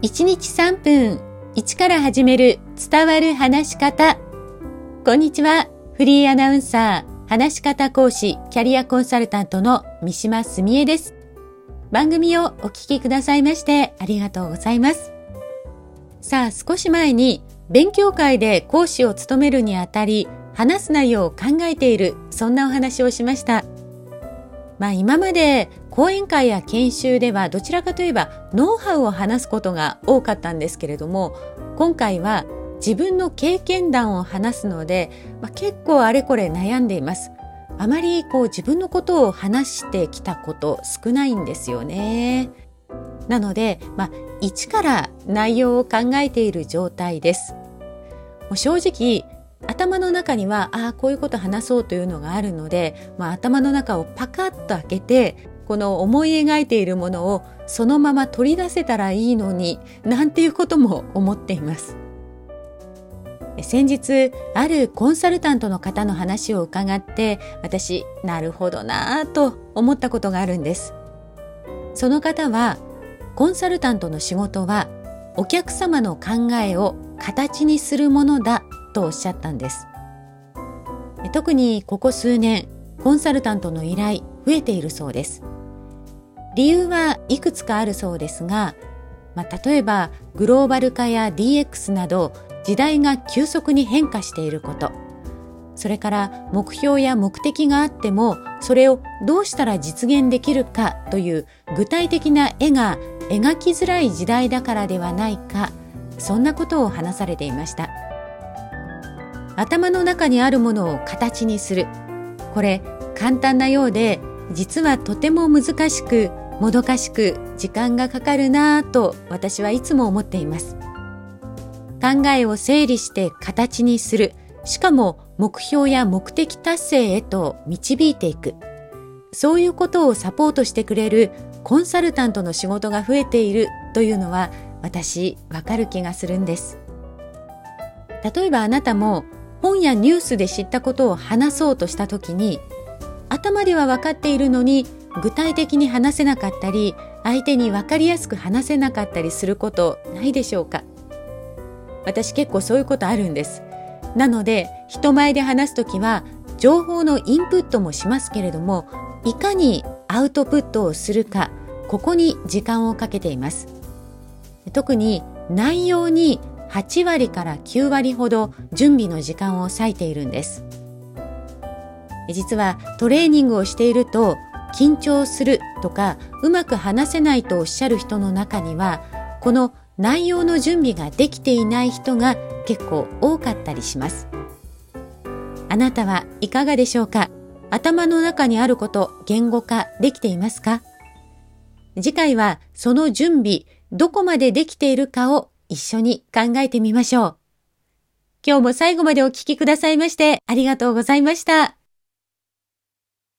1日3分、1から始める伝わる話し方。こんにちは。フリーアナウンサー、話し方講師、キャリアコンサルタントの三島澄江です。番組をお聞きくださいましてありがとうございます。さあ、少し前に勉強会で講師を務めるにあたり、話す内容を考えている、そんなお話をしました。今まで講演会や研修ではどちらかといえばノウハウを話すことが多かったんですけれども、今回は自分の経験談を話すので、結構あれこれ悩んでいます。あまり自分のことを話してきたこと少ないんですよね。なので、一から内容を考えている状態です。もう正直頭の中にはこういうこと話そうというのがあるので、頭の中をパカッと開けて、この思い描いているものをそのまま取り出せたらいいのに、なんていうことも思っています。先日あるコンサルタントの方の話を伺って、私なるほどなぁと思ったことがあるんです。その方は、コンサルタントの仕事はお客様の考えを形にするものだとおっしゃったんです。特にここ数年、コンサルタントの依頼増えているそうです。理由はいくつかあるそうですが、例えばグローバル化や DX など時代が急速に変化していること、それから目標や目的があってもそれをどうしたら実現できるかという具体的な絵が描きづらい時代だからではないか、そんなことを話されていました。頭の中にあるものを形にする、これ簡単なようで実はとても難しくもどかしく時間がかかるなぁと私はいつも思っています。考えを整理して形にする、しかも目標や目的達成へと導いていく、そういうことをサポートしてくれるコンサルタントの仕事が増えているというのは私わかる気がするんです。例えばあなたも本やニュースで知ったことを話そうとしたときに、頭では分かっているのに具体的に話せなかったり、相手に分かりやすく話せなかったりすることないでしょうか。私結構そういうことあるんです。なので人前で話すときは情報のインプットもしますけれども、いかにアウトプットをするか、ここに時間をかけています。特に内容に8割から9割ほど準備の時間を割いているんです。実はトレーニングをしていると緊張するとかうまく話せないとおっしゃる人の中には、この内容の準備ができていない人が結構多かったりします。あなたはいかがでしょうか。頭の中にあること言語化できていますか。次回はその準備どこまでできているかを一緒に考えてみましょう。今日も最後までお聞きくださいましてありがとうございました。